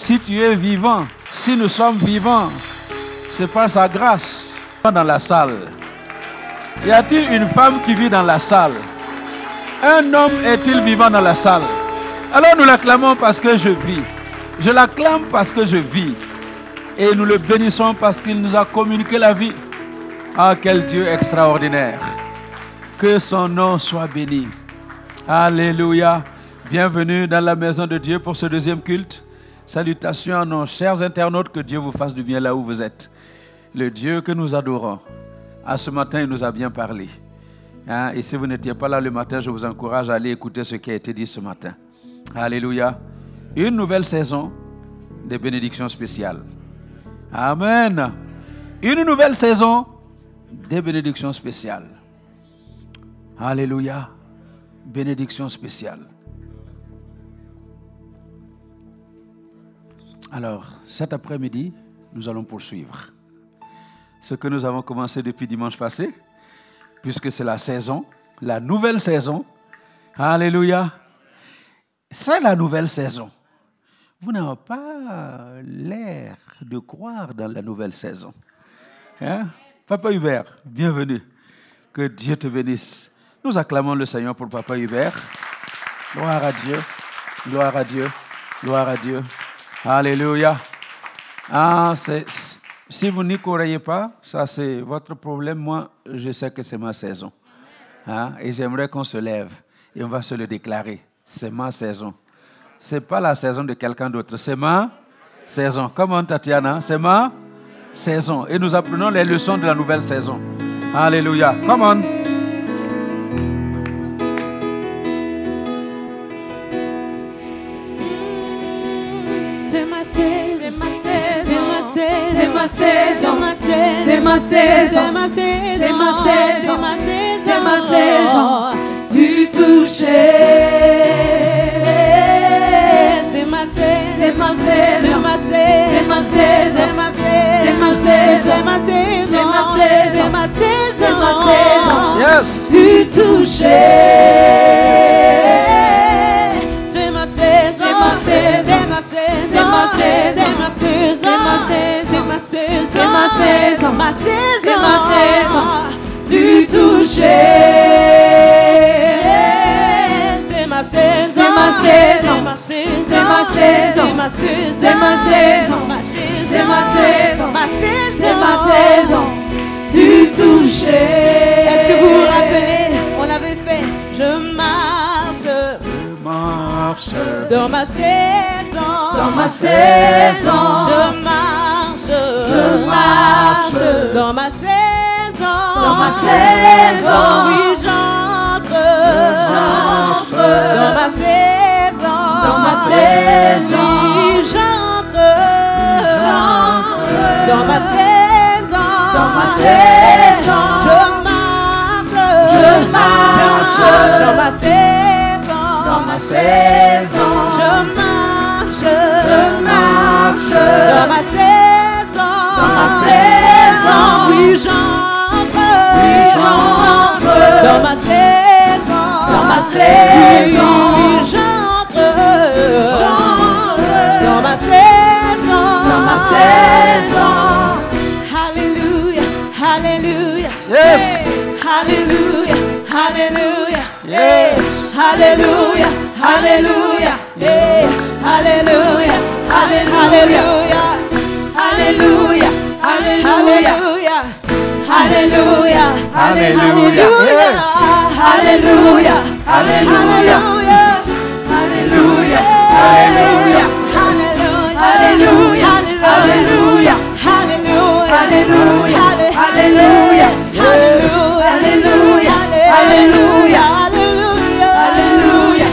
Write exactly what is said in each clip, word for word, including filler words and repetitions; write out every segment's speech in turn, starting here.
Si tu es vivant, si nous sommes vivants, c'est par sa grâce. Dans la salle, y a-t-il une femme qui vit dans la salle? Un homme est-il vivant dans la salle? Alors nous l'acclamons parce que je vis. Je l'acclame parce que je vis. Et nous le bénissons parce qu'il nous a communiqué la vie. Ah, quel Dieu extraordinaire. Que son nom soit béni. Alléluia. Bienvenue dans la maison de Dieu pour ce deuxième culte. Salutations à nos chers internautes. Que Dieu vous fasse du bien là où vous êtes. Le Dieu que nous adorons. À ce matin, il nous a bien parlé. Hein? Et si vous n'étiez pas là le matin, je vous encourage à aller écouter ce qui a été dit ce matin. Alléluia. Une nouvelle saison de bénédictions spéciales. Amen. Une nouvelle saison de bénédictions spéciales. Alléluia. Bénédiction spéciale. Alors, cet après-midi, nous allons poursuivre ce que nous avons commencé depuis dimanche passé, puisque c'est la saison, la nouvelle saison. Alléluia. C'est la nouvelle saison. Vous n'avez pas l'air de croire dans la nouvelle saison. Hein? Papa Hubert, bienvenue. Que Dieu te bénisse. Nous acclamons le Seigneur pour Papa Hubert. Gloire à Dieu. Gloire à Dieu. Gloire à Dieu. Alléluia. Ah, c'est... Si vous n'y croyez pas, ça c'est votre problème. Moi, je sais que c'est ma saison. Hein? Et j'aimerais qu'on se lève et on va se le déclarer. C'est ma saison. Ce n'est pas la saison de quelqu'un d'autre. C'est ma saison. Comment, Tatiana? C'est ma saison. Et nous apprenons les leçons de la nouvelle saison. Alléluia. Come on. C'est ma saison. C'est ma saison. C'est ma saison. C'est ma saison. C'est ma saison. C'est ma saison. C'est ma saison. Du toucher. C'est ma saison. C'est ma saison. C'est ma saison. C'est ma saison. C'est ma saison. C'est ma saison. C'est ma saison. C'est ma saison. C'est ma saison. C'est ma saison. Yes. Du toucher. C'est ma saison. C'est ma saison. C'est ma saison. C'est ma saison. C'est ma saison. C'est ma saison. C'est ma saison. C'est ma saison. Ma saison. C'est ma saison. Du toucher. C'est ma saison. C'est ma saison. C'est ma saison. C'est ma saison. C'est ma saison. C'est ma saison. Ma saison. C'est ma saison. Du toucher. Est-ce que vous vous rappelez? On avait fait je marche. Je marche. Dans ma saison. Dans ma saison. Je marche. Je marche. Dans ma saison. Dans ma saison. Oui, j'entre. J'entre. Dans ma saison. Dans ma saison. Oui, j'entre. J'entre. Dans ma saison. Dans ma saison. Je marche. Je marche. Dans ma saison. Dans ma saison. Je marche. Je marche. Dans ma saison. Dans ma saison. Oui, j'entre. Oui, j'entre. Dans ma saison. Dans ma saison. Oui, j'entre. J'entre. Dans ma saison. Dans ma saison. Hallelujah. Hallelujah. Yes. Hallelujah. Hallelujah. Yes. Hallelujah. Hallelujah. Yes. Hallelujah. Hallelujah. Hallelujah. Hallelujah. Hallelujah. Hallelujah. Hallelujah. Yes. Hallelujah. Hallelujah. Hallelujah. Hallelujah. Hallelujah. Hallelujah. Hallelujah. Hallelujah. Hallelujah. Hallelujah. Hallelujah. Hallelujah. Hallelujah.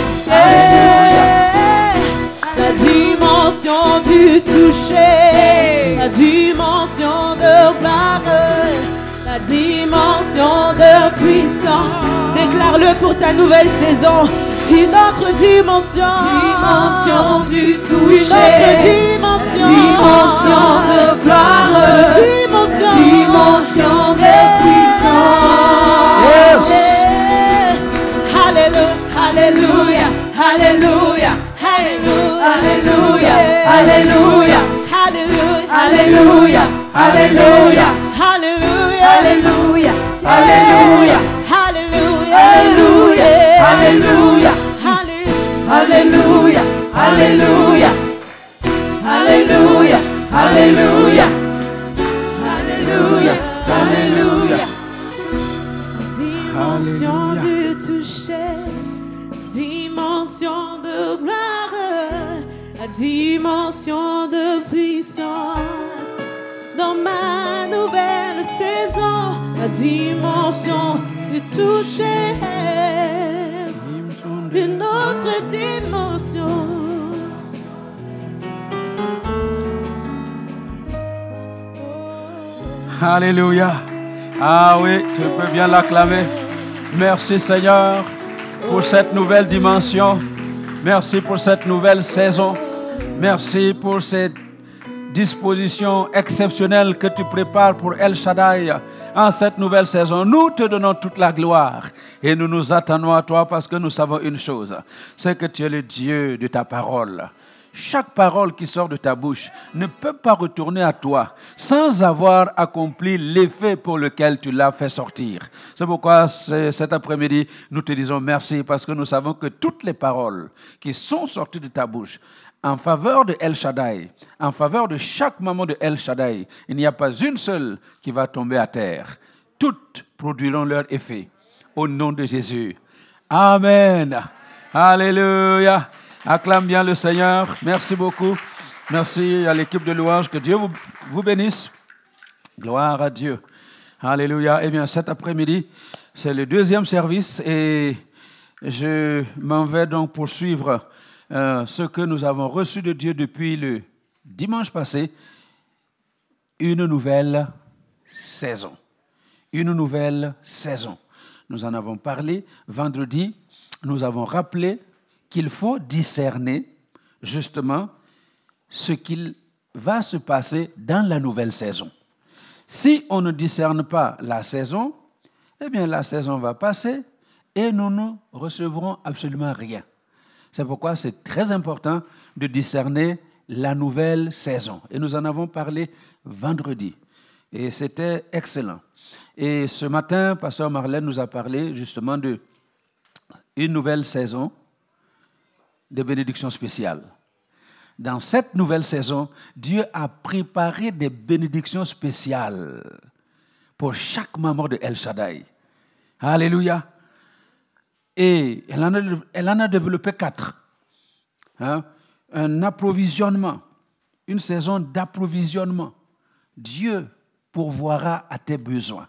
La dimension du toucher, la dimension de gloire, la dimension de puissance. Déclare-le pour ta nouvelle saison. Une autre dimension, Dimension du toucher. une autre dimension, Dimension de gloire. Une autre dimension, Dimension de puissance. Yes. Hallelujah, hallelujah, Hallelujah. hallelujah, Hallelujah. Hallelujah. Alléluia, Alléluia, Alléluia. Alléluia, Alléluia, Alléluia. Alléluia, Alléluia, Alléluia, Alléluia, Alléluia, Alléluia, Alléluia. Dimension du toucher, dimension de gloire, dimension de puissance. Dans ma nouvelle saison, la dimension du toucher, une autre dimension. Alléluia. Ah oui, tu peux bien l'acclamer. Merci Seigneur pour cette nouvelle dimension. Merci pour cette nouvelle saison. Merci pour cette disposition exceptionnelle que tu prépares pour El Shaddai en cette nouvelle saison. Nous te donnons toute la gloire et nous nous attendons à toi parce que nous savons une chose, c'est que tu es le Dieu de ta parole. Chaque parole qui sort de ta bouche ne peut pas retourner à toi sans avoir accompli l'effet pour lequel tu l'as fait sortir. C'est pourquoi cet après-midi, nous te disons merci parce que nous savons que toutes les paroles qui sont sorties de ta bouche en faveur de El Shaddai, en faveur de chaque maman de El Shaddai, il n'y a pas une seule qui va tomber à terre. Toutes produiront leur effet au nom de Jésus. Amen. Alléluia. Acclame bien le Seigneur. Merci beaucoup. Merci à l'équipe de louange. Que Dieu vous, vous bénisse. Gloire à Dieu. Alléluia. Eh bien, cet après-midi, c'est le deuxième service et je m'en vais donc poursuivre euh, ce que nous avons reçu de Dieu depuis le dimanche passé. Une nouvelle saison. Une nouvelle saison. Nous en avons parlé vendredi. Nous avons rappelé qu'il faut discerner justement ce qu'il va se passer dans la nouvelle saison. Si on ne discerne pas la saison, eh bien la saison va passer et nous ne recevrons absolument rien. C'est pourquoi c'est très important de discerner la nouvelle saison. Et nous en avons parlé vendredi. Et c'était excellent. Et ce matin, Pasteur Marlène nous a parlé justement de une nouvelle saison de bénédictions spéciales. Dans cette nouvelle saison, Dieu a préparé des bénédictions spéciales pour chaque membre de El Shaddai. Alléluia. Et elle en a, elle en a développé quatre. Hein? Un approvisionnement, une saison d'approvisionnement. Dieu pourvoira à tes besoins.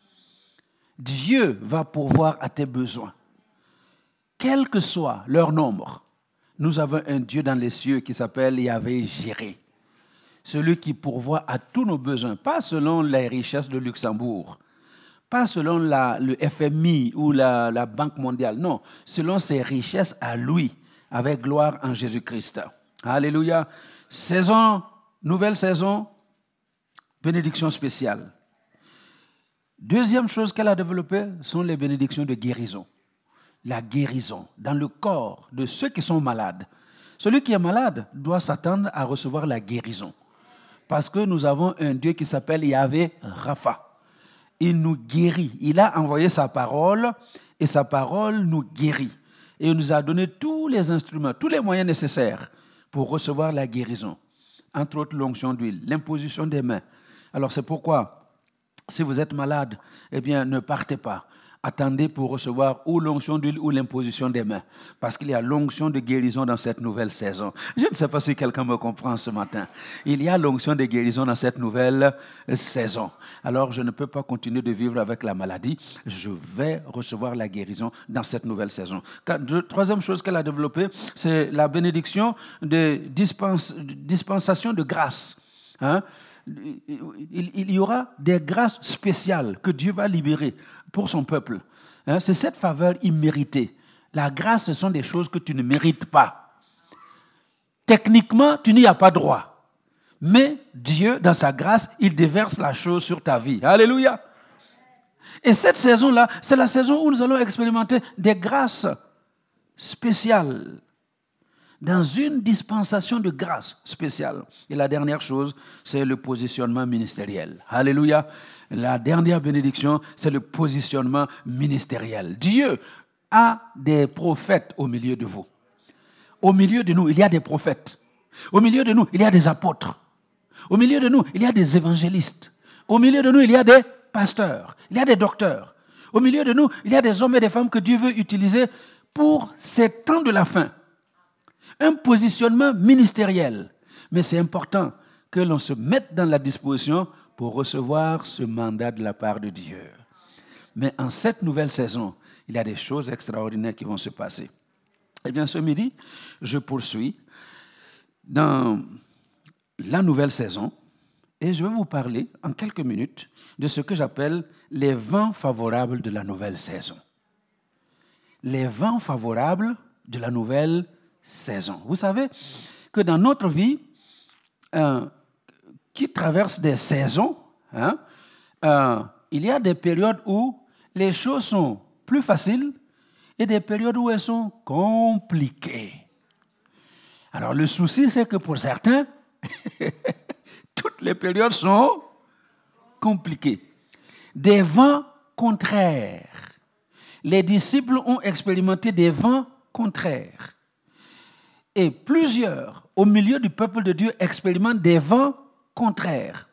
Dieu va pourvoir à tes besoins. Quel que soit leur nombre, nous avons un Dieu dans les cieux qui s'appelle Yahvé Jiré. Celui qui pourvoit à tous nos besoins, pas selon les richesses de Luxembourg, pas selon la, le F M I ou la, la Banque mondiale, non, selon ses richesses à lui, avec gloire en Jésus-Christ. Alléluia. Saison, nouvelle saison, bénédiction spéciale. Deuxième chose qu'elle a développée sont les bénédictions de guérison. La guérison dans le corps de ceux qui sont malades. Celui qui est malade doit s'attendre à recevoir la guérison. Parce que nous avons un Dieu qui s'appelle Yahvé Rapha. Il nous guérit. Il a envoyé sa parole et sa parole nous guérit. Et il nous a donné tous les instruments, tous les moyens nécessaires pour recevoir la guérison. Entre autres, l'onction d'huile, l'imposition des mains. Alors c'est pourquoi, si vous êtes malade, eh bien, ne partez pas. Attendez pour recevoir ou l'onction d'huile ou l'imposition des mains. Parce qu'il y a l'onction de guérison dans cette nouvelle saison. Je ne sais pas si quelqu'un me comprend ce matin. Il y a l'onction de guérison dans cette nouvelle saison. Alors, je ne peux pas continuer de vivre avec la maladie. Je vais recevoir la guérison dans cette nouvelle saison. Troisième chose qu'elle a développée, c'est la bénédiction de dispense, dispensation de grâce. Hein? Il, il y aura des grâces spéciales que Dieu va libérer pour son peuple. Hein, c'est cette faveur imméritée. La grâce, ce sont des choses que tu ne mérites pas. Techniquement, tu n'y as pas droit. Mais Dieu, dans sa grâce, il déverse la chose sur ta vie. Alléluia. Et cette saison-là, c'est la saison où nous allons expérimenter des grâces spéciales. dans une dispensation de grâce spéciale. Et la dernière chose, c'est le positionnement ministériel. Alléluia. La dernière bénédiction, c'est le positionnement ministériel. Dieu a des prophètes au milieu de vous. Au milieu de nous, il y a des prophètes. Au milieu de nous, il y a des apôtres. Au milieu de nous, il y a des évangélistes. Au milieu de nous, il y a des pasteurs. Il y a des docteurs. Au milieu de nous, il y a des hommes et des femmes que Dieu veut utiliser pour ces temps de la fin. Un positionnement ministériel. Mais c'est important que l'on se mette dans la disposition pour recevoir ce mandat de la part de Dieu. Mais en cette nouvelle saison, il y a des choses extraordinaires qui vont se passer. Eh bien, ce midi, je poursuis dans la nouvelle saison et je vais vous parler en quelques minutes de ce que j'appelle les vents favorables de la nouvelle saison. Les vents favorables de la nouvelle saison. Vous savez que dans notre vie, euh, qui traverse des saisons, hein, euh, il y a des périodes où les choses sont plus faciles et des périodes où elles sont compliquées. Alors le souci, c'est que pour certains, toutes les périodes sont compliquées. Des vents contraires. Les disciples ont expérimenté des vents contraires. Et plusieurs, au milieu du peuple de Dieu, expérimentent des vents contraires.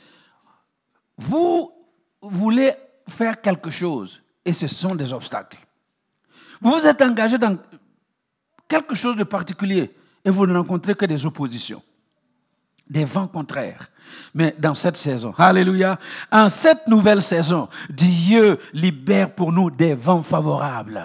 Vous voulez faire quelque chose et ce sont des obstacles. Vous vous êtes engagé dans quelque chose de particulier et vous ne rencontrez que des oppositions, des vents contraires. Mais dans cette saison, alléluia, en cette nouvelle saison, Dieu libère pour nous des vents favorables.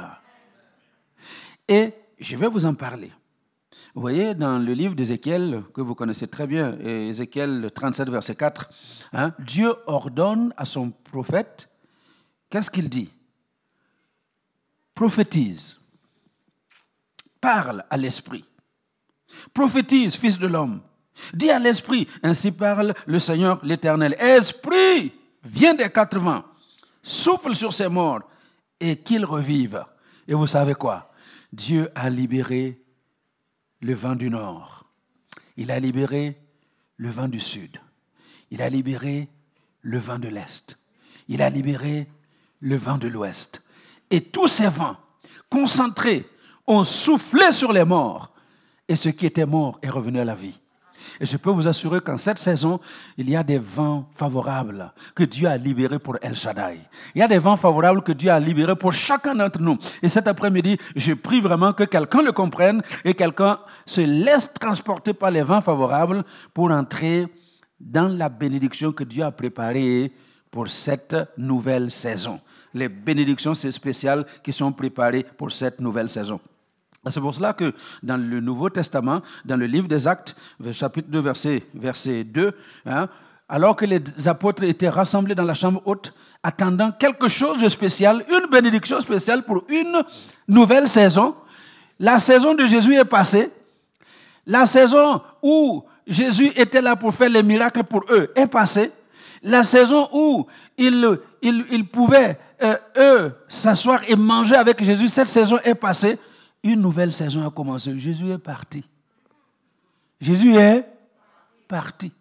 Et je vais vous en parler. Vous voyez, dans le livre d'Ézéchiel, que vous connaissez très bien, Ézéchiel trente-sept, verset quatre, hein, Dieu ordonne à son prophète, qu'est-ce qu'il dit? Prophétise, parle à l'esprit. Prophétise, fils de l'homme. Dis à l'esprit, ainsi parle le Seigneur l'Éternel. Esprit, viens des quatre vents, souffle sur ces morts et qu'ils revivent. Et vous savez quoi? Dieu a libéré le vent du nord. Il a libéré le vent du sud. Il a libéré le vent de l'est. Il a libéré le vent de l'ouest. Et tous ces vents concentrés ont soufflé sur les morts. Et ce qui était mort est revenu à la vie. Et je peux vous assurer qu'en cette saison, il y a des vents favorables que Dieu a libérés pour El Shaddai. Il y a des vents favorables que Dieu a libérés pour chacun d'entre nous. Et cet après-midi, je prie vraiment que quelqu'un le comprenne et quelqu'un se laisse transporter par les vents favorables pour entrer dans la bénédiction que Dieu a préparée pour cette nouvelle saison. Les bénédictions spéciales qui sont préparées pour cette nouvelle saison. C'est pour cela que dans le Nouveau Testament, dans le livre des Actes, chapitre deux, verset, verset deux, hein, alors que les apôtres étaient rassemblés dans la chambre haute, attendant quelque chose de spécial, une bénédiction spéciale pour une nouvelle saison, la saison de Jésus est passée, la saison où Jésus était là pour faire les miracles pour eux est passée, la saison où ils, ils, ils pouvaient, euh, eux, s'asseoir et manger avec Jésus, cette saison est passée. Une nouvelle saison a commencé. Jésus est parti. Jésus est parti.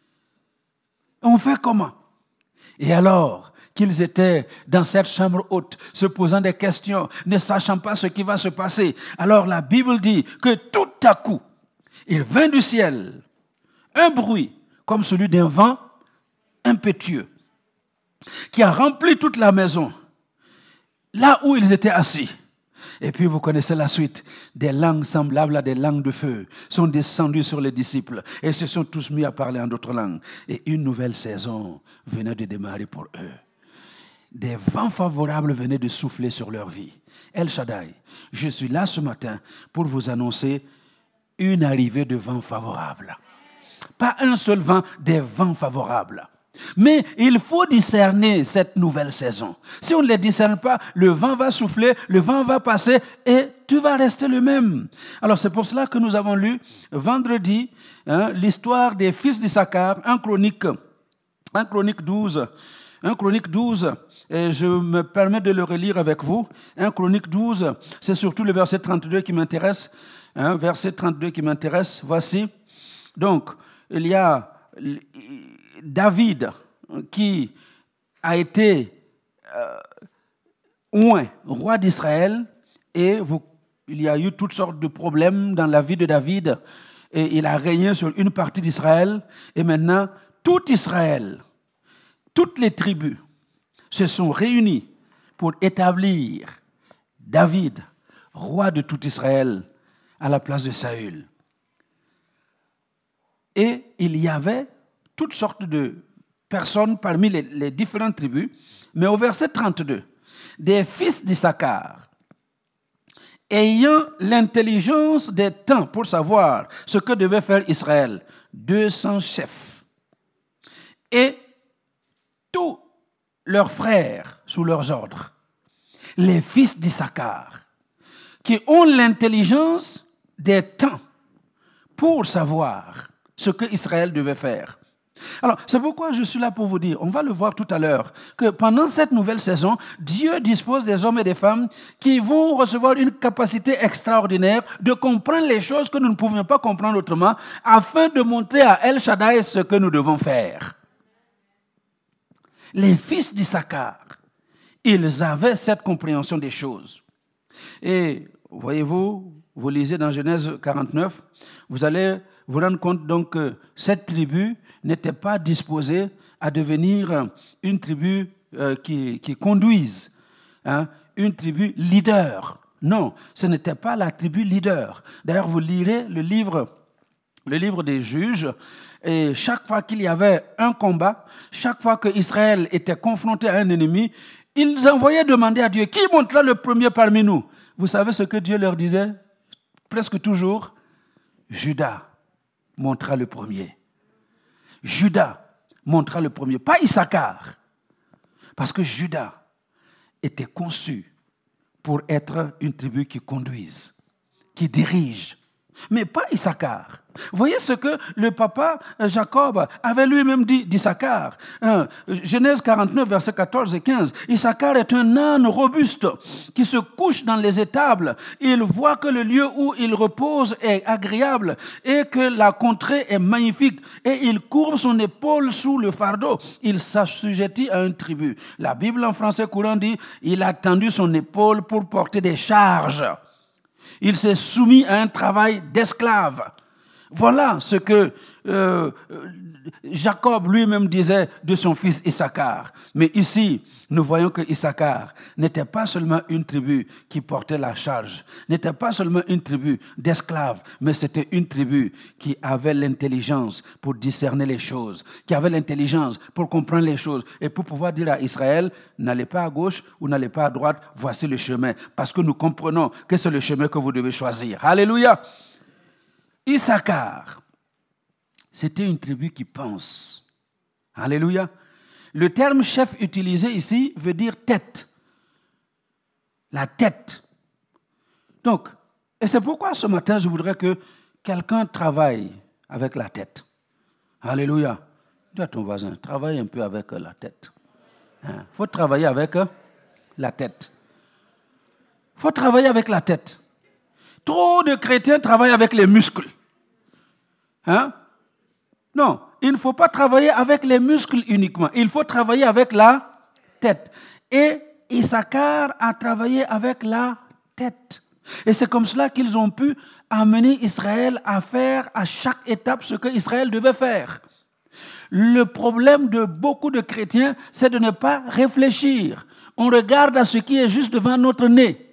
On fait comment? Et alors qu'ils étaient dans cette chambre haute, se posant des questions, ne sachant pas ce qui va se passer, alors la Bible dit que tout à coup, il vint du ciel un bruit comme celui d'un vent impétueux qui a rempli toute la maison, là où ils étaient assis. Et puis vous connaissez la suite. Des langues semblables à des langues de feu sont descendues sur les disciples et se sont tous mis à parler en d'autres langues. Et une nouvelle saison venait de démarrer pour eux. Des vents favorables venaient de souffler sur leur vie. El Shaddai, je suis là ce matin pour vous annoncer une arrivée de vents favorables. Pas un seul vent, des vents favorables. Mais il faut discerner cette nouvelle saison. Si on ne les discerne pas, le vent va souffler, le vent va passer et tu vas rester le même. Alors c'est pour cela que nous avons lu vendredi hein, l'histoire des fils d'Issachar, un Chronique, un Chronique douze. un Chronique douze, et je me permets de le relire avec vous. un Chronique douze, c'est surtout le verset trente-deux qui m'intéresse. Hein, verset trente-deux qui m'intéresse. Voici. Donc, il y a David qui a été euh, oint roi d'Israël et vous, il y a eu toutes sortes de problèmes dans la vie de David et il a régné sur une partie d'Israël et maintenant tout Israël, toutes les tribus se sont réunies pour établir David, roi de tout Israël, à la place de Saül. Et il y avait toutes sortes de personnes parmi les, les différentes tribus, mais au verset trente-deux, des fils d'Issachar, ayant l'intelligence des temps pour savoir ce que devait faire Israël, deux cents chefs, et tous leurs frères sous leurs ordres, les fils d'Issachar, qui ont l'intelligence des temps pour savoir ce que Israël devait faire. Alors, c'est pourquoi je suis là pour vous dire, on va le voir tout à l'heure, que pendant cette nouvelle saison, Dieu dispose des hommes et des femmes qui vont recevoir une capacité extraordinaire de comprendre les choses que nous ne pouvions pas comprendre autrement, afin de montrer à El Shaddai ce que nous devons faire. Les fils d'Issachar, ils avaient cette compréhension des choses. Et voyez-vous, vous lisez dans Genèse quarante-neuf, vous allez vous rendre compte donc que cette tribu n'était pas disposée à devenir une tribu euh, qui, qui conduise, hein, une tribu leader. Non, ce n'était pas la tribu leader. D'ailleurs, vous lirez le livre, le livre des Juges, et chaque fois qu'il y avait un combat, chaque fois qu'Israël était confronté à un ennemi, ils envoyaient demander à Dieu, qui montera le premier parmi nous? Vous savez ce que Dieu leur disait? Presque toujours, Judas montra le premier. Judas montra le premier, pas Issachar. Parce que Judas était conçu pour être une tribu qui conduise, qui dirige, mais pas Issachar. Voyez ce que le papa Jacob avait lui-même dit d'Issachar. Hein, Genèse quarante-neuf, versets quatorze et quinze. Issachar est un âne robuste qui se couche dans les étables. Il voit que le lieu où il repose est agréable et que la contrée est magnifique. Et il courbe son épaule sous le fardeau. Il s'assujettit à une tribu. La Bible en français courant dit « Il a tendu son épaule pour porter des charges ». Il s'est soumis à un travail d'esclave. Voilà ce que euh, Jacob lui-même disait de son fils Issachar. Mais ici, nous voyons que Issachar n'était pas seulement une tribu qui portait la charge, n'était pas seulement une tribu d'esclaves, mais c'était une tribu qui avait l'intelligence pour discerner les choses, qui avait l'intelligence pour comprendre les choses et pour pouvoir dire à Israël, n'allez pas à gauche ou n'allez pas à droite, voici le chemin, parce que nous comprenons que c'est le chemin que vous devez choisir. Alléluia! Issachar, c'était une tribu qui pense. Alléluia. Le terme chef utilisé ici veut dire tête. La tête. Donc, et c'est pourquoi ce matin, je voudrais que quelqu'un travaille avec la tête. Alléluia. Dis à ton voisin, travaille un peu avec la tête. Il hein? faut travailler avec la tête. Il faut travailler avec la tête. Trop de chrétiens travaillent avec les muscles. Hein? Non, il ne faut pas travailler avec les muscles uniquement. Il faut travailler avec la tête. Et Issachar a travaillé avec la tête. Et c'est comme cela qu'ils ont pu amener Israël à faire à chaque étape ce que Israël devait faire. Le problème de beaucoup de chrétiens, c'est de ne pas réfléchir. On regarde à ce qui est juste devant notre nez.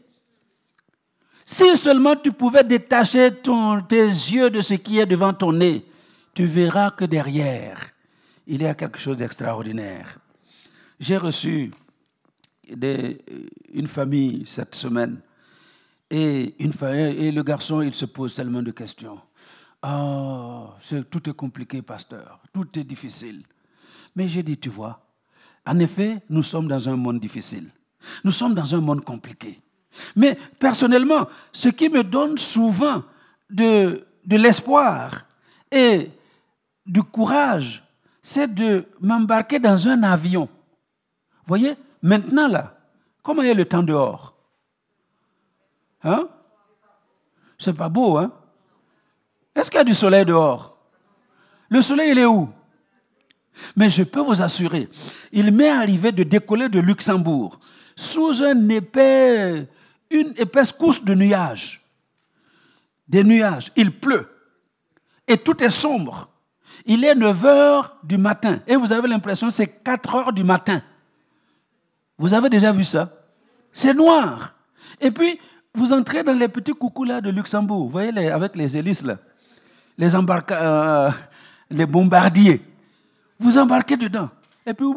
Si seulement tu pouvais détacher ton, tes yeux de ce qui est devant ton nez, tu verras que derrière, il y a quelque chose d'extraordinaire. J'ai reçu des, une famille cette semaine et, une, et le garçon, il se pose tellement de questions. Oh, c'est, tout est compliqué, pasteur, tout est difficile. Mais j'ai dit, tu vois, en effet, nous sommes dans un monde difficile. Nous sommes dans un monde compliqué. Mais personnellement, ce qui me donne souvent de, de l'espoir et du courage, c'est de m'embarquer dans un avion. Vous voyez, maintenant là, comment est le temps dehors? Hein? C'est pas beau, hein? Est-ce qu'il y a du soleil dehors? Le soleil, il est où? Mais je peux vous assurer, il m'est arrivé de décoller de Luxembourg sous un épais, une épaisse couche de nuages. Des nuages. Il pleut. Et tout est sombre. Il est neuf heures du matin. Et vous avez l'impression que c'est quatre heures du matin. Vous avez déjà vu ça? C'est noir. Et puis, vous entrez dans les petits coucous là de Luxembourg. Vous voyez, les, avec les hélices là. Les, embarca- euh, les bombardiers. Vous embarquez dedans. Et puis,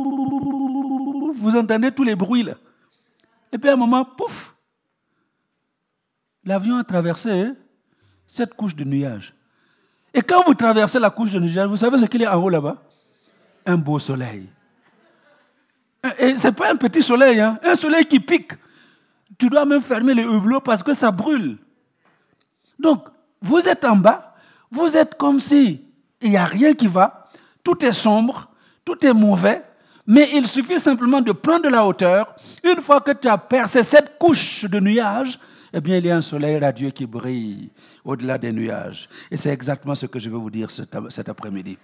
vous entendez tous les bruits là. Et puis, à un moment, pouf, l'avion a traversé hein, cette couche de nuages. Et quand vous traversez la couche de nuages, vous savez ce qu'il y a en haut là-bas? Un beau soleil. Et ce n'est pas un petit soleil, hein, un soleil qui pique. Tu dois même fermer les hublots parce que ça brûle. Donc, vous êtes en bas, vous êtes comme si il n'y a rien qui va. Tout est sombre, tout est mauvais, mais il suffit simplement de prendre de la hauteur. Une fois que tu as percé cette couche de nuages, eh bien, il y a un soleil radieux qui brille au-delà des nuages. Et c'est exactement ce que je veux vous dire cet après-midi.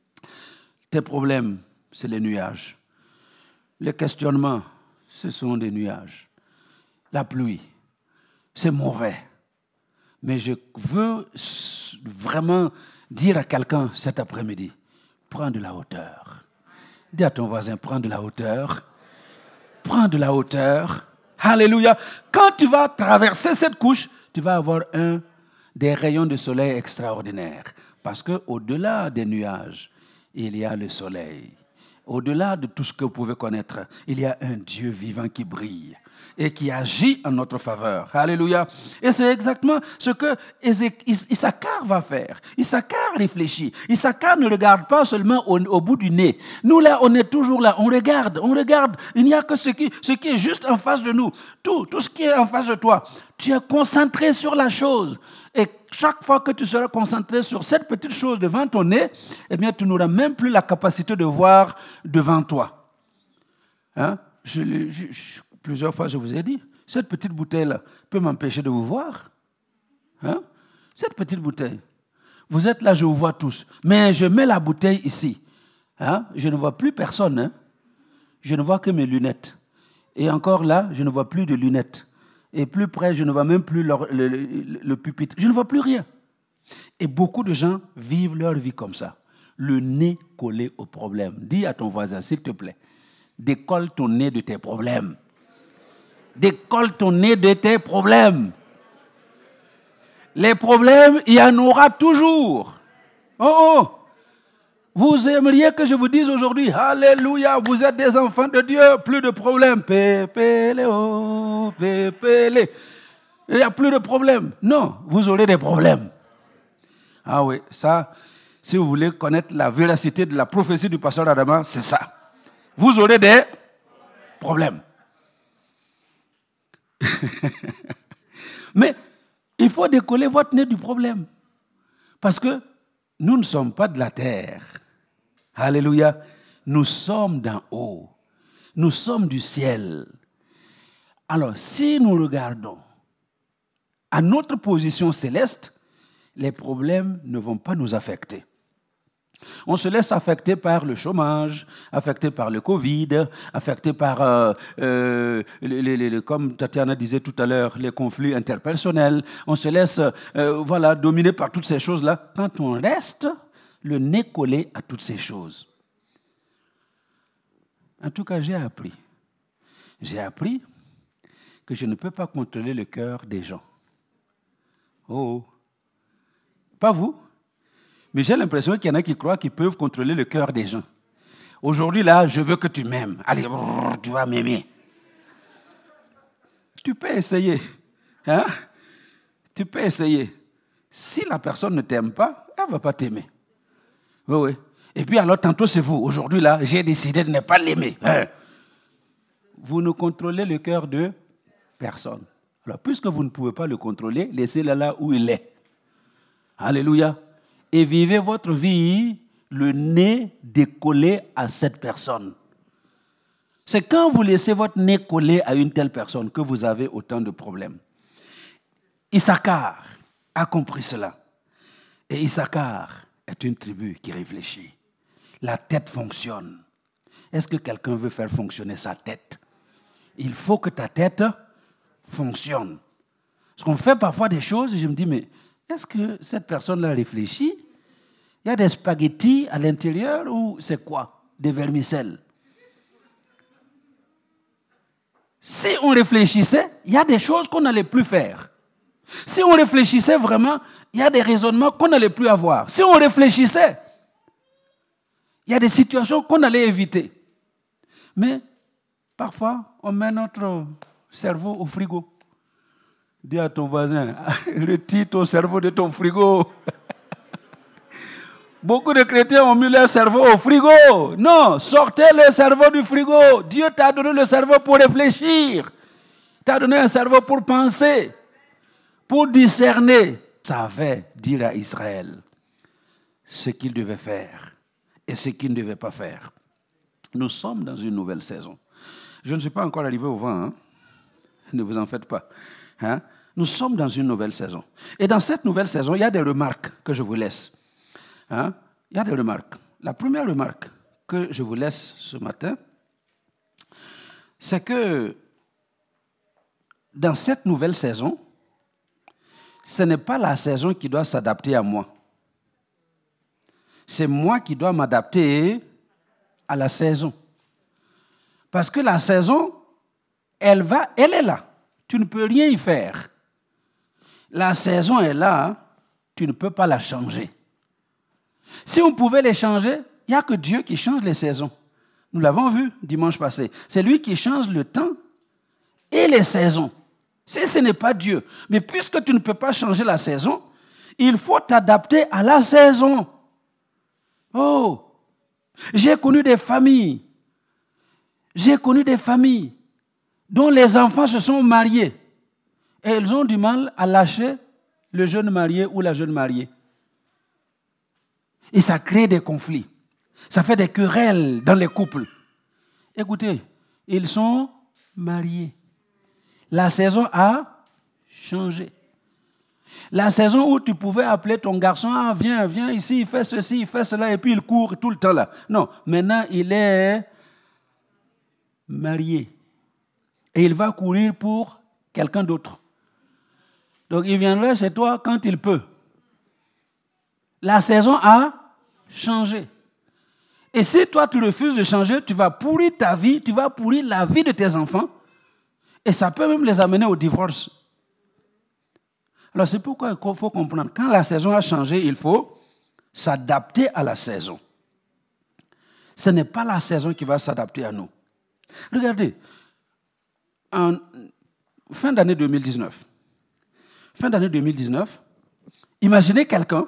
Tes problèmes, c'est les nuages. Les questionnements, ce sont des nuages. La pluie, c'est mauvais. Mais je veux vraiment dire à quelqu'un cet après-midi, prends de la hauteur. Dis à ton voisin, prends de la hauteur. Prends de la hauteur. Alléluia. Quand tu vas traverser cette couche, tu vas avoir un des rayons de soleil extraordinaires. Parce qu'au-delà des nuages, il y a le soleil. Au-delà de tout ce que vous pouvez connaître, il y a un Dieu vivant qui brille et qui agit en notre faveur. Alléluia. Et c'est exactement ce que Issachar va faire. Issachar réfléchit. Issachar ne regarde pas seulement au, au bout du nez. Nous, là, on est toujours là. On regarde, on regarde. Il n'y a que ce qui, ce qui est juste en face de nous. Tout, tout ce qui est en face de toi. Tu es concentré sur la chose. Et chaque fois que tu seras concentré sur cette petite chose devant ton nez, eh bien, tu n'auras même plus la capacité de voir devant toi. Hein? Je, je, je, plusieurs fois, je vous ai dit, cette petite bouteille-là peut m'empêcher de vous voir. Hein? Cette petite bouteille. Vous êtes là, je vous vois tous. Mais je mets la bouteille ici. Hein? Je ne vois plus personne. Hein? Je ne vois que mes lunettes. Et encore là, je ne vois plus de lunettes. Et plus près, je ne vois même plus le, le, le, le pupitre. Je ne vois plus rien. Et beaucoup de gens vivent leur vie comme ça. Le nez collé au problème. Dis à ton voisin, s'il te plaît, décolle ton nez de tes problèmes. Décolle ton nez de tes problèmes. Les problèmes, il y en aura toujours. Oh, oh! Vous aimeriez que je vous dise aujourd'hui, alléluia, vous êtes des enfants de Dieu, plus de problèmes. Pépélé, oh, pépélé. Il n'y a plus de problèmes. Non, vous aurez des problèmes. Ah oui, ça, si vous voulez connaître la véracité de la prophétie du pasteur Adama, c'est ça. Vous aurez des problèmes. Mais il faut décoller votre nez du problème. Parce que nous ne sommes pas de la terre. Alléluia. Nous sommes d'en haut. Nous sommes du ciel. Alors, si nous regardons à notre position céleste, les problèmes ne vont pas nous affecter. On se laisse affecter par le chômage, affecté par le Covid, affecté par, euh, euh, les, les, les, comme Tatiana disait tout à l'heure, les conflits interpersonnels. On se laisse euh, voilà, dominer par toutes ces choses-là. Quand on reste le nez collé à toutes ces choses. En tout cas, j'ai appris. J'ai appris que je ne peux pas contrôler le cœur des gens. Oh, pas vous. Mais j'ai l'impression qu'il y en a qui croient qu'ils peuvent contrôler le cœur des gens. Aujourd'hui, là, je veux que tu m'aimes. Allez, brrr, tu vas m'aimer. Tu peux essayer. Hein? Tu peux essayer. Si la personne ne t'aime pas, elle ne va pas t'aimer. Oui, oui. Et puis alors, tantôt c'est vous. Aujourd'hui, là, j'ai décidé de ne pas l'aimer. Hein? Vous ne contrôlez le cœur de personne. Alors, puisque vous ne pouvez pas le contrôler, laissez-le là où il est. Alléluia. Et vivez votre vie, le nez décollé à cette personne. C'est quand vous laissez votre nez collé à une telle personne que vous avez autant de problèmes. Issachar a compris cela. Et Issachar est une tribu qui réfléchit. La tête fonctionne. Est-ce que quelqu'un veut faire fonctionner sa tête? Il faut que ta tête fonctionne. Parce qu'on fait parfois des choses et je me dis, mais est-ce que cette personne-là réfléchit? Il y a des spaghettis à l'intérieur ou c'est quoi? Des vermicelles. Si on réfléchissait, il y a des choses qu'on n'allait plus faire. Si on réfléchissait vraiment, il y a des raisonnements qu'on n'allait plus avoir. Si on réfléchissait, il y a des situations qu'on allait éviter. Mais parfois, on met notre cerveau au frigo. Dis à ton voisin, retire ton cerveau de ton frigo. Beaucoup de chrétiens ont mis leur cerveau au frigo. Non, sortez le cerveau du frigo. Dieu t'a donné le cerveau pour réfléchir. T'a donné un cerveau pour penser, pour discerner. Il savait dire à Israël ce qu'il devait faire et ce qu'il ne devait pas faire. Nous sommes dans une nouvelle saison. Je ne suis pas encore arrivé au vent. Hein? Ne vous en faites pas. Hein? Nous sommes dans une nouvelle saison. Et dans cette nouvelle saison, il y a des remarques que je vous laisse. Hein? Il y a des remarques. La première remarque que je vous laisse ce matin, c'est que dans cette nouvelle saison, ce n'est pas la saison qui doit s'adapter à moi. C'est moi qui dois m'adapter à la saison. Parce que la saison, elle va, elle est là. Tu ne peux rien y faire. La saison est là, tu ne peux pas la changer. Si on pouvait les changer, il n'y a que Dieu qui change les saisons. Nous l'avons vu dimanche passé. C'est lui qui change le temps et les saisons. Si ce n'est pas Dieu. Mais puisque tu ne peux pas changer la saison, il faut t'adapter à la saison. Oh, j'ai connu des familles. J'ai connu des familles dont les enfants se sont mariés. Et ils ont du mal à lâcher le jeune marié ou la jeune mariée. Et ça crée des conflits. Ça fait des querelles dans les couples. Écoutez, ils sont mariés. La saison a changé. La saison où tu pouvais appeler ton garçon, ah, viens, viens ici, il fait ceci, il fait cela, et puis il court tout le temps là. Non, maintenant il est marié. Et il va courir pour quelqu'un d'autre. Donc il viendra chez toi quand il peut. La saison a changé. Et si toi tu refuses de changer, tu vas pourrir ta vie, tu vas pourrir la vie de tes enfants, et ça peut même les amener au divorce. Alors c'est pourquoi il faut comprendre, quand la saison a changé, il faut s'adapter à la saison. Ce n'est pas la saison qui va s'adapter à nous. Regardez, en fin d'année deux mille dix-neuf, fin d'année deux mille dix-neuf, imaginez quelqu'un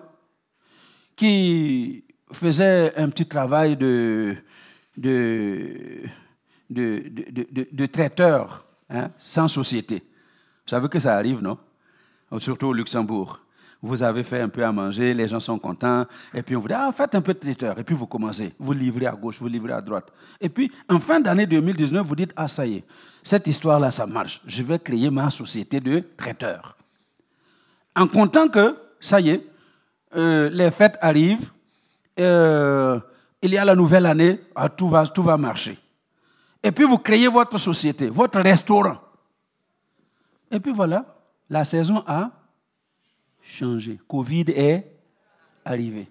qui faisait un petit travail de, de, de, de, de, de traiteur, hein, sans société. Vous savez que ça arrive, non? Surtout au Luxembourg. Vous avez fait un peu à manger, les gens sont contents, et puis on vous dit, ah, faites un peu de traiteur, et puis vous commencez, vous livrez à gauche, vous livrez à droite. Et puis, en fin d'année deux mille dix-neuf, vous dites, ah, ça y est, cette histoire-là, ça marche, je vais créer ma société de traiteurs. En comptant que, ça y est, euh, les fêtes arrivent, euh, il y a la nouvelle année, ah, tout va, tout va marcher. Et puis vous créez votre société, votre restaurant. Et puis voilà, la saison a changé. Covid est arrivé.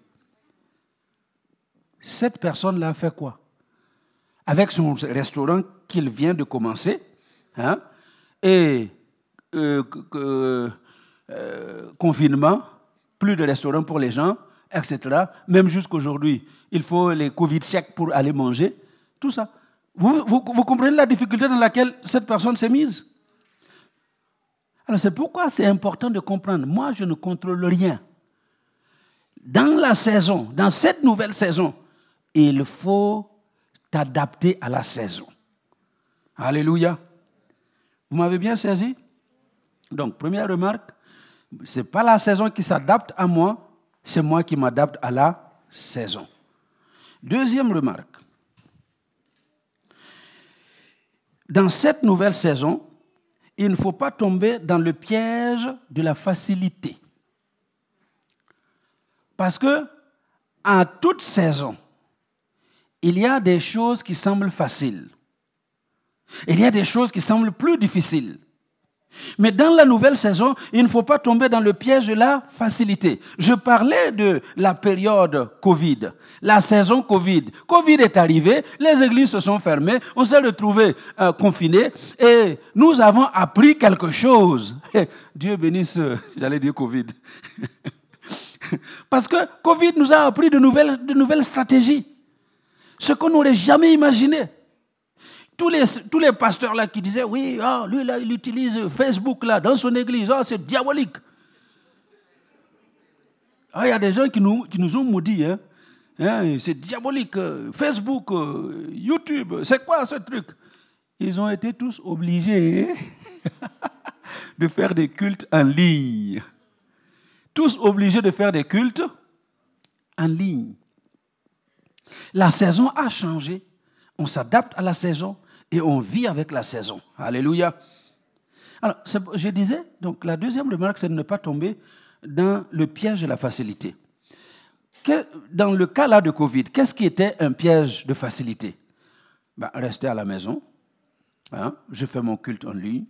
Cette personne-là fait quoi? Avec son restaurant qu'il vient de commencer, hein, et euh, euh, euh, confinement, plus de restaurants pour les gens, et cetera. Même jusqu'aujourd'hui, il faut les Covid-checks pour aller manger. Tout ça. Vous, vous, vous comprenez la difficulté dans laquelle cette personne s'est mise? Alors c'est pourquoi c'est important de comprendre. Moi, je ne contrôle rien. Dans la saison, dans cette nouvelle saison, il faut t'adapter à la saison. Alléluia. Vous m'avez bien saisi? Donc, première remarque, ce n'est pas la saison qui s'adapte à moi, c'est moi qui m'adapte à la saison. Deuxième remarque. Dans cette nouvelle saison, il ne faut pas tomber dans le piège de la facilité. Parce que, en toute saison, il y a des choses qui semblent faciles. Il y a des choses qui semblent plus difficiles. Mais dans la nouvelle saison, il ne faut pas tomber dans le piège de la facilité. Je parlais de la période Covid, la saison Covid. Covid est arrivé, les églises se sont fermées, on s'est retrouvés euh, confinés et nous avons appris quelque chose. Dieu bénisse, j'allais dire Covid. Parce que Covid nous a appris de nouvelles, de nouvelles stratégies. Ce qu'on n'aurait jamais imaginé. Tous les, tous les pasteurs là qui disaient, oui, oh, lui là, il utilise Facebook là, dans son église, oh, c'est diabolique. Oh, il y a des gens qui nous, qui nous ont maudits, hein. Hein, c'est diabolique, Facebook, YouTube, c'est quoi ce truc? Ils ont été tous obligés de faire des cultes en ligne. Tous obligés de faire des cultes en ligne. La saison a changé. On s'adapte à la saison et on vit avec la saison. Alléluia. Alors, je disais, donc la deuxième remarque, c'est de ne pas tomber dans le piège de la facilité. Dans le cas là de Covid, qu'est-ce qui était un piège de facilité? Ben, rester à la maison, hein, je fais mon culte en ligne,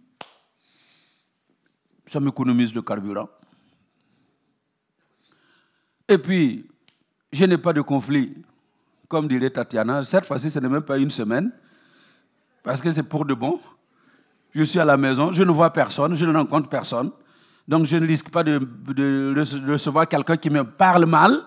ça m'économise le carburant. Et puis, je n'ai pas de conflit. Comme dirait Tatiana, cette fois-ci, ce n'est même pas une semaine, parce que c'est pour de bon. Je suis à la maison, je ne vois personne, je ne rencontre personne, donc je ne risque pas de, de recevoir quelqu'un qui me parle mal.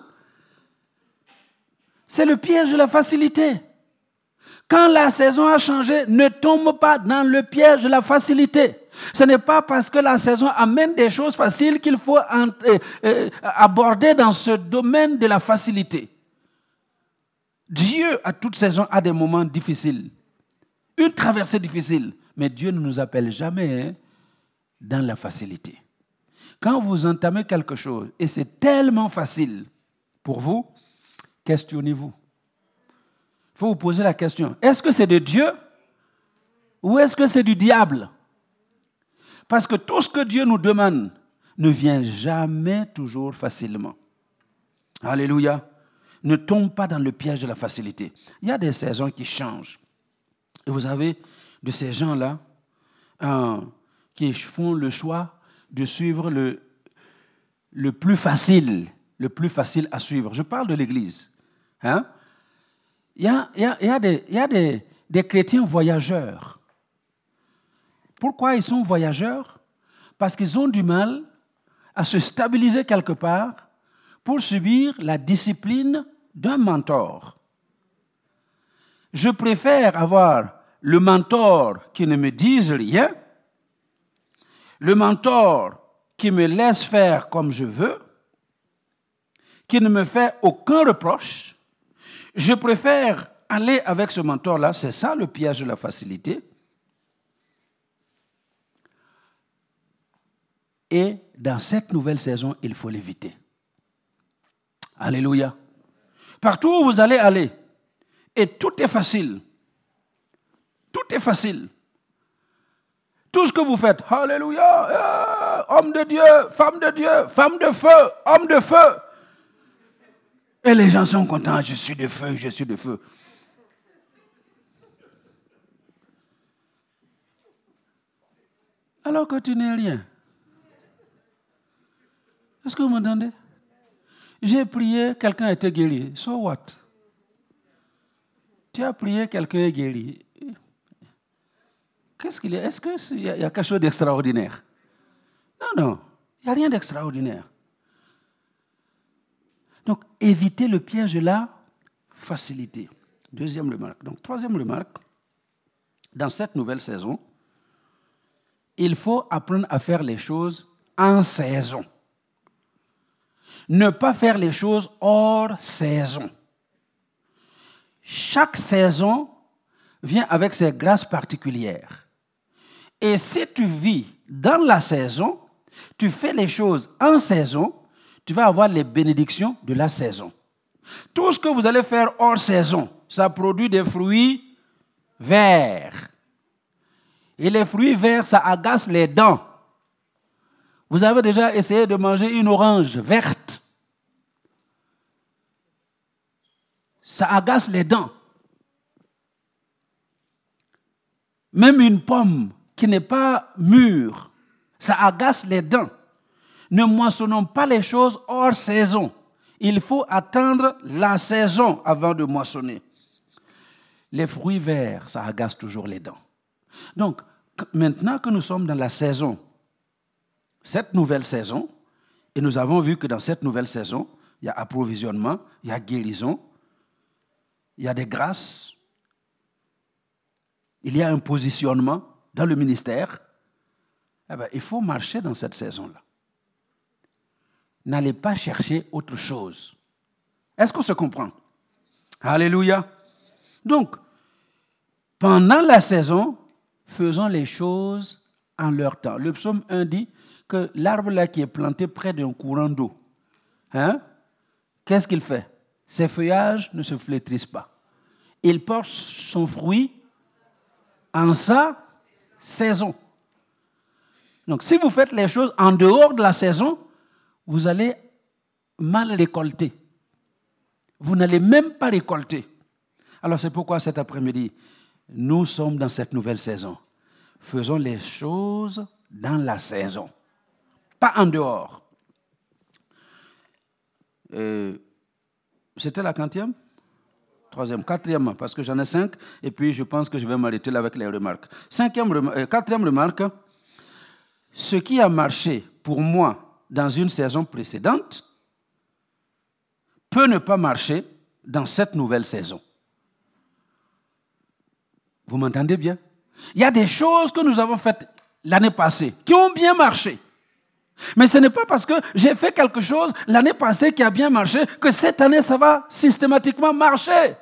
C'est le piège de la facilité. Quand la saison a changé, ne tombe pas dans le piège de la facilité. Ce n'est pas parce que la saison amène des choses faciles qu'il faut en, euh, euh, aborder dans ce domaine de la facilité. Dieu, à toute saison, a des moments difficiles. Une traversée difficile. Mais Dieu ne nous appelle jamais hein, dans la facilité. Quand vous entamez quelque chose et c'est tellement facile pour vous, questionnez-vous. Il faut vous poser la question. Est-ce que c'est de Dieu ou est-ce que c'est du diable? Parce que tout ce que Dieu nous demande ne vient jamais toujours facilement. Alléluia. Ne tombe pas dans le piège de la facilité. Il y a des saisons qui changent. Et vous avez de ces gens-là euh, qui font le choix de suivre le, le plus facile, le plus facile à suivre. Je parle de l'Église. Hein? Il y a, il y a, il y a, des, il y a des, des chrétiens voyageurs. Pourquoi ils sont voyageurs? Parce qu'ils ont du mal à se stabiliser quelque part pour subir la discipline d'un mentor. Je préfère avoir le mentor qui ne me dise rien, le mentor qui me laisse faire comme je veux, qui ne me fait aucun reproche. Je préfère aller avec ce mentor-là, c'est ça le piège de la facilité. Et dans cette nouvelle saison, il faut l'éviter. Alléluia. Partout où vous allez aller, et tout est facile. Tout est facile. Tout ce que vous faites, alléluia, homme de Dieu, femme de Dieu, femme de feu, homme de feu. Et les gens sont contents, je suis de feu, je suis de feu. Alors que tu n'es rien. Est-ce que vous m'entendez? J'ai prié, quelqu'un a été guéri. So what? Tu as prié, quelqu'un est guéri. Qu'est-ce qu'il y a? Est-ce qu'il y a quelque chose d'extraordinaire? Non, non, il n'y a rien d'extraordinaire. Donc, évitez le piège de la facilité. Deuxième remarque. Donc, troisième remarque. Dans cette nouvelle saison, il faut apprendre à faire les choses en saison. Ne pas faire les choses hors saison. Chaque saison vient avec ses grâces particulières. Et si tu vis dans la saison, tu fais les choses en saison, tu vas avoir les bénédictions de la saison. Tout ce que vous allez faire hors saison, ça produit des fruits verts. Et les fruits verts, ça agace les dents. Vous avez déjà essayé de manger une orange verte? Ça agace les dents. Même une pomme qui n'est pas mûre, ça agace les dents. Ne moissonnons pas les choses hors saison. Il faut attendre la saison avant de moissonner. Les fruits verts, ça agace toujours les dents. Donc, maintenant que nous sommes dans la saison, cette nouvelle saison, et nous avons vu que dans cette nouvelle saison, il y a approvisionnement, il y a guérison, il y a des grâces, il y a un positionnement dans le ministère. Eh bien, il faut marcher dans cette saison-là. N'allez pas chercher autre chose. Est-ce qu'on se comprend? Alléluia. Donc, pendant la saison, faisons les choses en leur temps. Le psaume un dit que l'arbre là qui est planté près d'un courant d'eau, hein, qu'est-ce qu'il fait? Ses feuillages ne se flétrissent pas. Il porte son fruit en sa saison. Donc, si vous faites les choses en dehors de la saison, vous allez mal récolter. Vous n'allez même pas récolter. Alors, c'est pourquoi cet après-midi, nous sommes dans cette nouvelle saison. Faisons les choses dans la saison, pas en dehors. Euh, c'était la quantième? Troisième, quatrième, parce que j'en ai cinq, et puis je pense que je vais m'arrêter là avec les remarques. Cinquième, euh, quatrième remarque, ce qui a marché pour moi dans une saison précédente peut ne pas marcher dans cette nouvelle saison. Vous m'entendez bien? Il y a des choses que nous avons faites l'année passée qui ont bien marché. Mais ce n'est pas parce que j'ai fait quelque chose l'année passée qui a bien marché que cette année, ça va systématiquement marcher.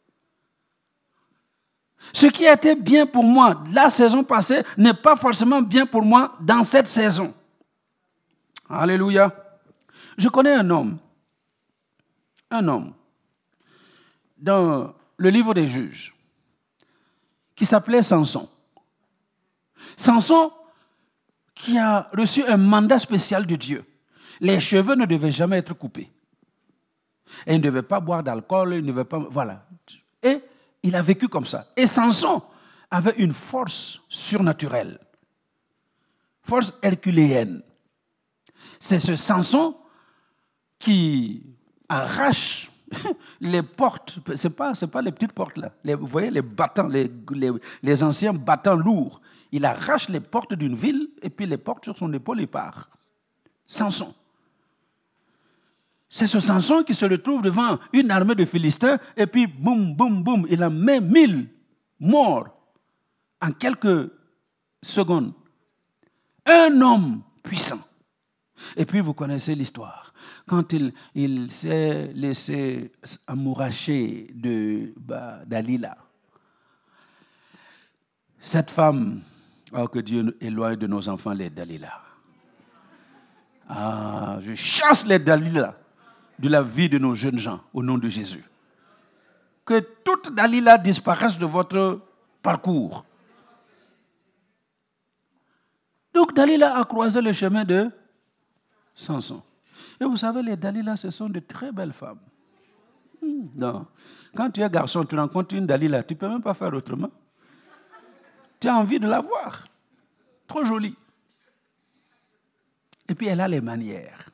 Ce qui a été bien pour moi la saison passée n'est pas forcément bien pour moi dans cette saison. Alléluia. Je connais un homme, un homme, dans le livre des Juges, qui s'appelait Samson. Samson qui a reçu un mandat spécial de Dieu. Les cheveux ne devaient jamais être coupés. Et il ne devait pas boire d'alcool, il ne devait pas... Voilà. Et il a vécu comme ça. Et Samson avait une force surnaturelle, force herculéenne. C'est ce Samson qui arrache les portes, ce n'est pas, c'est pas les petites portes là, les, vous voyez les battants, les, les, les anciens battants lourds. Il arrache les portes d'une ville et puis les porte sur son épaule et part. Samson. C'est ce Samson qui se retrouve devant une armée de Philistins et puis boum, boum, boum, il en met mille morts en quelques secondes. Un homme puissant. Et puis vous connaissez l'histoire. Quand il, il s'est laissé amouracher de bah, Dalila, cette femme, oh, que Dieu éloigne de nos enfants les Dalila. Ah, je chasse les Dalila de la vie de nos jeunes gens au nom de Jésus. Que toute Dalila disparaisse de votre parcours. Donc Dalila a croisé le chemin de Samson. Et vous savez, les Dalila, ce sont de très belles femmes. Non. Quand tu es garçon, tu rencontres une Dalila, tu ne peux même pas faire autrement. Tu as envie de la voir. Trop jolie. Et puis elle a les manières.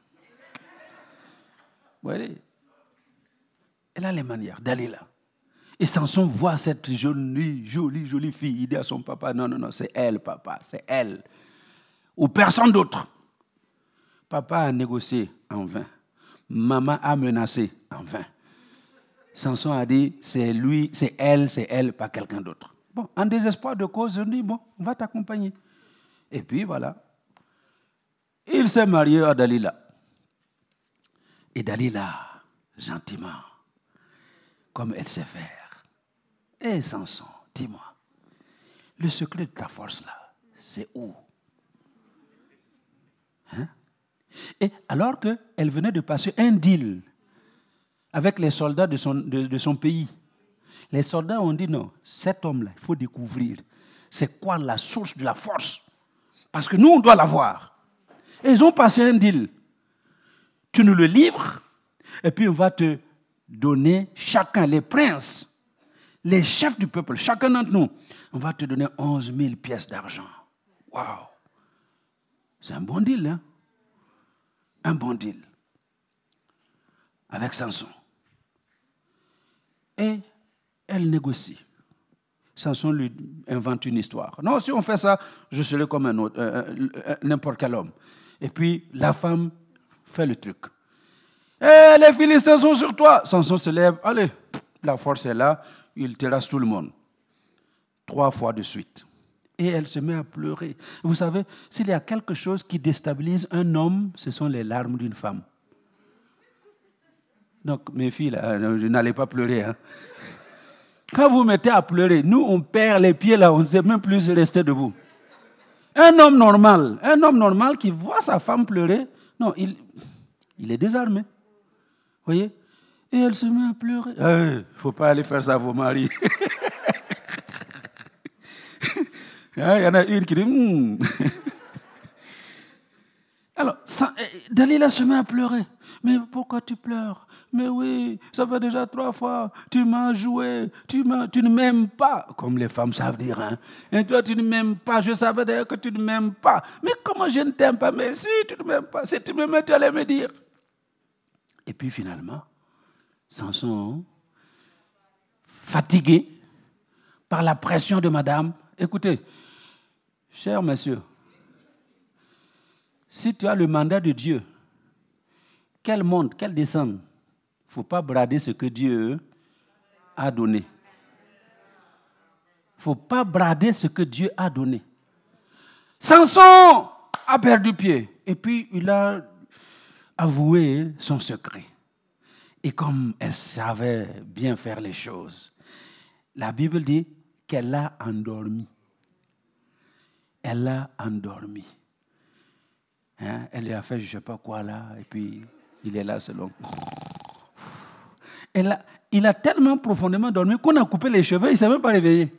Vous voyez? Elle a les manières, Dalila. Et Samson voit cette jolie, jolie, jolie fille. Il dit à son papa, non, non, non, c'est elle, papa, c'est elle. Ou personne d'autre. Papa a négocié en vain. Maman a menacé en vain. Samson a dit, c'est lui, c'est elle, c'est elle, pas quelqu'un d'autre. Bon, en désespoir de cause, on dit, bon, on va t'accompagner. Et puis voilà. Il s'est marié à Dalila. Et Dalila, gentiment, comme elle sait faire. Et Samson, dis-moi, le secret de ta force là, c'est où? Hein? Et alors qu'elle venait de passer un deal avec les soldats de son, de, de son pays, les soldats ont dit non, cet homme-là, il faut découvrir. c'est quoi la source de la force. Parce que nous, on doit l'avoir. Et ils ont passé un deal. Tu nous le livres, et puis on va te donner chacun, les princes, les chefs du peuple, chacun d'entre nous, on va te donner onze mille pièces d'argent. Waouh! C'est un bon deal, hein? Un bon deal. Avec Samson. Et elle négocie. Samson lui invente une histoire. Non, si on fait ça, je serai comme un autre, euh, euh, n'importe quel homme. Et puis, la femme fait le truc. Eh, les Philistins sont sur toi. Samson se lève. Allez, la force est là. Il terrasse tout le monde. Trois fois de suite. Et elle se met à pleurer. Vous savez, s'il y a quelque chose qui déstabilise un homme, ce sont les larmes d'une femme. Donc, mes filles, là, n'allez pas pleurer. Hein. Quand vous mettez à pleurer, nous, on perd les pieds là, on ne sait même plus rester debout. Un homme normal, un homme normal qui voit sa femme pleurer, non, il, il est désarmé. Vous voyez? Et elle se met à pleurer. Il hey, ne faut pas aller faire ça à vos maris. Il y en a une qui dit... Hmm. Alors, ça, Dalila se met à pleurer. Mais pourquoi tu pleures? Mais oui, ça fait déjà trois fois. Tu m'as joué. Tu, m'as, tu ne m'aimes pas. Comme les femmes savent dire. Hein. Et toi, tu ne m'aimes pas. Je savais d'ailleurs que tu ne m'aimes pas. Mais comment je ne t'aime pas? Mais si tu ne m'aimes pas, si tu m'aimais, tu allais me dire. Et puis finalement, Samson, fatigué par la pression de madame, écoutez, cher monsieur, si tu as le mandat de Dieu, qu'elle monte, qu'elle descende, il ne faut pas brader ce que Dieu a donné. Il ne faut pas brader ce que Dieu a donné. Samson a perdu pied. Et puis, il a avoué son secret. Et comme elle savait bien faire les choses, la Bible dit qu'elle l'a endormi. Elle l'a endormi. Hein? Elle lui a fait je ne sais pas quoi là, et puis il est là selon. Elle a, il a tellement profondément dormi qu'on a coupé les cheveux, il ne s'est même pas réveillé.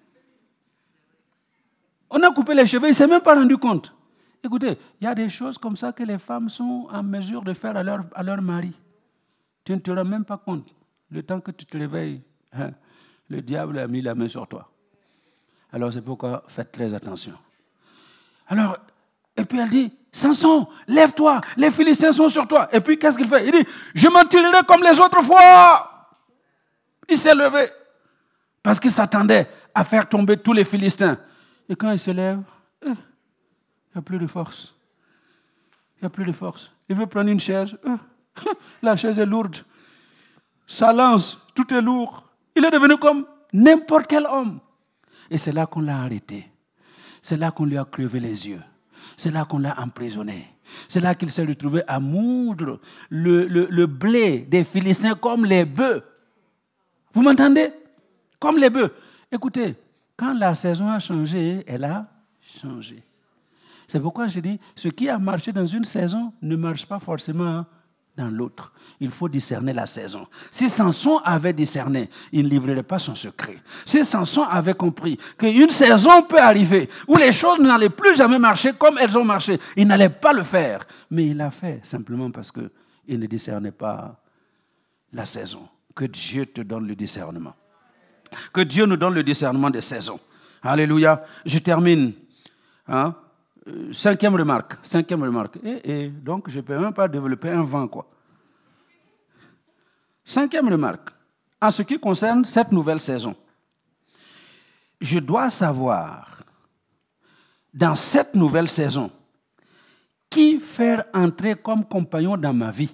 On a coupé les cheveux, il ne s'est même pas rendu compte. Écoutez, il y a des choses comme ça que les femmes sont en mesure de faire à leur, à leur mari. Tu ne te rends même pas compte. Le temps que tu te réveilles, hein, le diable a mis la main sur toi. Alors c'est pourquoi faites très attention. Alors, et puis elle dit, Samson, lève-toi, les Philistins sont sur toi. Et puis qu'est-ce qu'il fait? Il dit, je m'en tirerai comme les autres fois. Il s'est levé parce qu'il s'attendait à faire tomber tous les Philistins. Et quand il se lève, eh, il n'y a plus de force. Il n'y a plus de force. Il veut prendre une chaise. Eh, la chaise est lourde. Sa lance, tout est lourd. Il est devenu comme n'importe quel homme. Et c'est là qu'on l'a arrêté. C'est là qu'on lui a crevé les yeux. C'est là qu'on l'a emprisonné. C'est là qu'il s'est retrouvé à moudre le, le, le blé des Philistins comme les bœufs. Vous m'entendez? Comme les bœufs. Écoutez, quand la saison a changé, elle a changé. C'est pourquoi je dis, ce qui a marché dans une saison ne marche pas forcément dans l'autre. Il faut discerner la saison. Si Samson avait discerné, il ne livrerait pas son secret. Si Samson avait compris qu'une saison peut arriver où les choses n'allaient plus jamais marcher comme elles ont marché, il n'allait pas le faire. Mais il l'a fait simplement parce qu'il ne discernait pas la saison. Que Dieu te donne le discernement. Que Dieu nous donne le discernement des saisons. Alléluia. Je termine. Hein? Euh, cinquième remarque. Cinquième remarque. Et, et donc, je ne peux même pas développer un vent, quoi. Cinquième remarque. En ce qui concerne cette nouvelle saison, je dois savoir, dans cette nouvelle saison, qui faire entrer comme compagnon dans ma vie.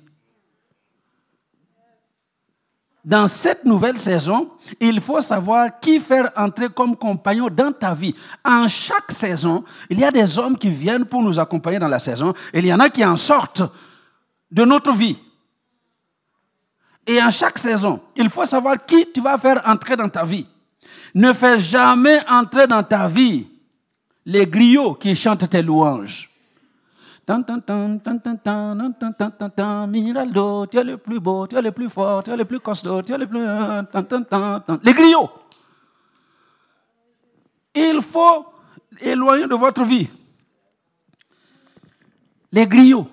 Dans cette nouvelle saison, il faut savoir qui faire entrer comme compagnon dans ta vie. En chaque saison, il y a des hommes qui viennent pour nous accompagner dans la saison, et il y en a qui en sortent de notre vie. Et en chaque saison, il faut savoir qui tu vas faire entrer dans ta vie. Ne fais jamais entrer dans ta vie les griots qui chantent tes louanges. Tan, tan, tan, tan, tan, tan, tan, tan, tan, tan, Miraldo, tu es le plus beau, tu es le plus fort, tu es le plus costaud, tu es le plus... Tan, tan, tan, tan. Les griots. il faut éloigner de votre vie les griots.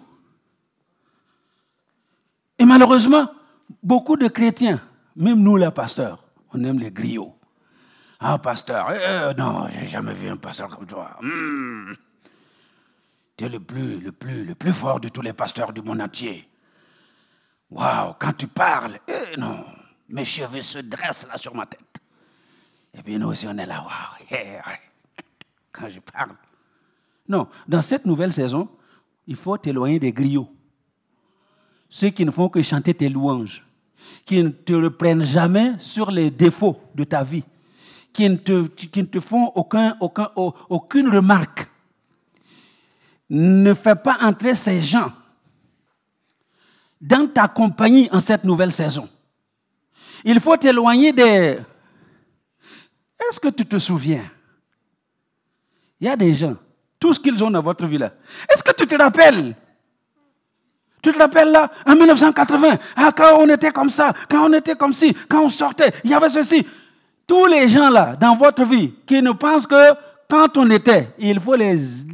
Et malheureusement, beaucoup de chrétiens, même nous les pasteurs, on aime les griots. Ah, pasteur, euh, non, j'ai jamais vu un pasteur comme toi. Mmh. Tu es le plus, le, plus, le plus fort de tous les pasteurs du monde entier. Waouh, quand tu parles, eh, non, mes cheveux se dressent là sur ma tête. Et puis nous aussi, on est là, waouh, yeah, quand je parle. Non, dans cette nouvelle saison, il faut t'éloigner des griots. Ceux qui ne font que chanter tes louanges, qui ne te reprennent jamais sur les défauts de ta vie, qui ne te, qui ne te font aucun, aucun, aucune remarque. Ne fais pas entrer ces gens dans ta compagnie en cette nouvelle saison. Il faut t'éloigner des... Est-ce que tu te souviens? Il y a des gens, tout ce qu'ils ont dans votre vie là. Est-ce que tu te rappelles? Tu te rappelles là, en mille neuf cent quatre-vingts, ah, quand on était comme ça, quand on était comme ci, quand on sortait, il y avait ceci. Tous les gens là, dans votre vie, qui ne pensent que quand on était, il faut les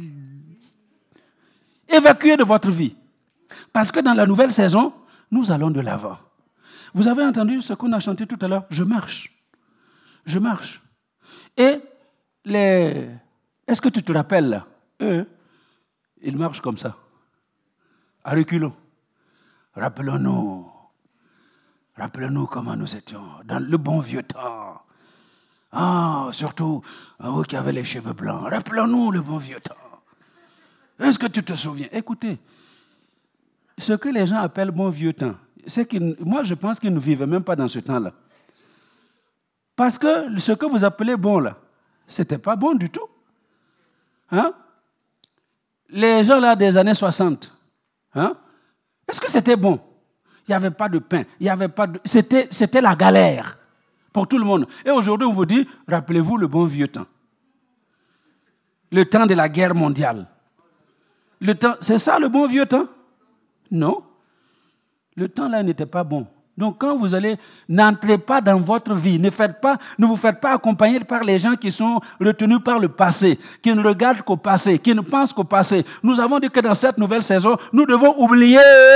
évacuer de votre vie. Parce que dans la nouvelle saison, nous allons de l'avant. Vous avez entendu ce qu'on a chanté tout à l'heure? Je marche. Je marche. Et les... Est-ce que tu te rappelles là? Eux, ils marchent comme ça. À reculons. Rappelons-nous. Rappelons-nous comment nous étions dans le bon vieux temps. Ah, surtout vous qui avez les cheveux blancs. Rappelons-nous le bon vieux temps. Est-ce que tu te souviens? Écoutez, ce que les gens appellent bon vieux temps, c'est que moi je pense qu'ils ne vivaient même pas dans ce temps-là. Parce que ce que vous appelez bon là, ce n'était pas bon du tout. Hein? Les gens là des années soixante, hein? Est-ce que c'était bon? Il n'y avait pas de pain, il y avait pas de... C'était, c'était la galère pour tout le monde. Et aujourd'hui, on vous dit, rappelez-vous le bon vieux temps. Le temps de la guerre mondiale. Le temps, c'est ça le bon vieux temps? Non. Le temps là n'était pas bon. Donc quand vous allez, n'entrez pas dans votre vie, ne, faites pas, ne vous faites pas accompagner par les gens qui sont retenus par le passé, qui ne regardent qu'au passé, qui ne pensent qu'au passé. Nous avons dit que dans cette nouvelle saison, nous devons oublier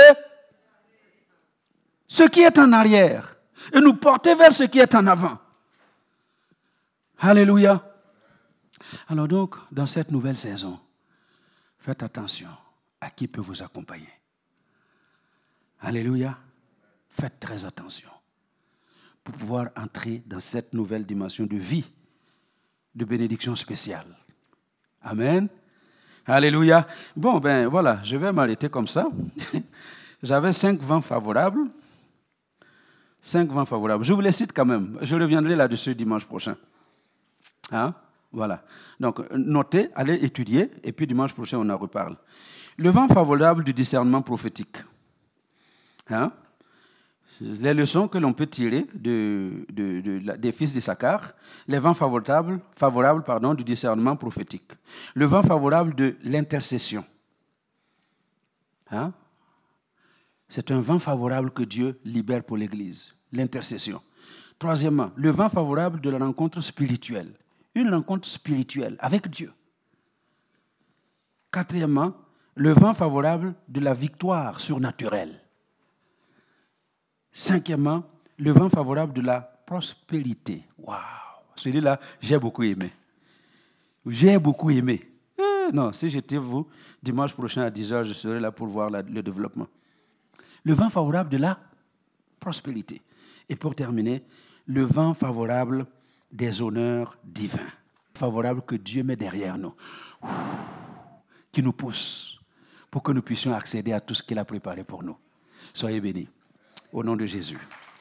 ce qui est en arrière et nous porter vers ce qui est en avant. Alléluia. Alors donc, dans cette nouvelle saison, faites attention à qui peut vous accompagner. Alléluia. Faites très attention pour pouvoir entrer dans cette nouvelle dimension de vie, de bénédiction spéciale. Amen. Alléluia. Bon, ben voilà, je vais m'arrêter comme ça. J'avais cinq vents favorables. Cinq vents favorables. Je vous les cite quand même. Je reviendrai là-dessus dimanche prochain. Hein? Voilà. Donc, notez, allez étudier, et puis dimanche prochain, on en reparle. Le vent favorable du discernement prophétique. Hein? Les leçons que l'on peut tirer de, de, de, des fils d'Issachar, les vents favorables, favorables pardon, du discernement prophétique. Le vent favorable de l'intercession. Hein? C'est un vent favorable que Dieu libère pour l'Église, l'intercession. Troisièmement, le vent favorable de la rencontre spirituelle. Une rencontre spirituelle avec Dieu. Quatrièmement, le vent favorable de la victoire surnaturelle. Cinquièmement, le vent favorable de la prospérité. Waouh! Celui-là, j'ai beaucoup aimé. J'ai beaucoup aimé. Eh, non, si j'étais vous, dimanche prochain à dix heures, je serai là pour voir la, le développement. Le vent favorable de la prospérité. Et pour terminer, le vent favorable des honneurs divins. Favorable que Dieu met derrière nous. Qui nous pousse pour que nous puissions accéder à tout ce qu'il a préparé pour nous. Soyez bénis. Au nom de Jésus.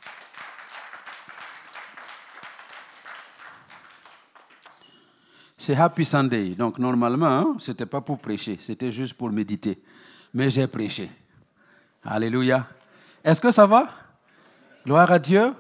C'est Happy Sunday. Donc, normalement, hein, ce n'était pas pour prêcher, c'était juste pour méditer. Mais j'ai prêché. Alléluia. Est-ce que ça va? Gloire à Dieu.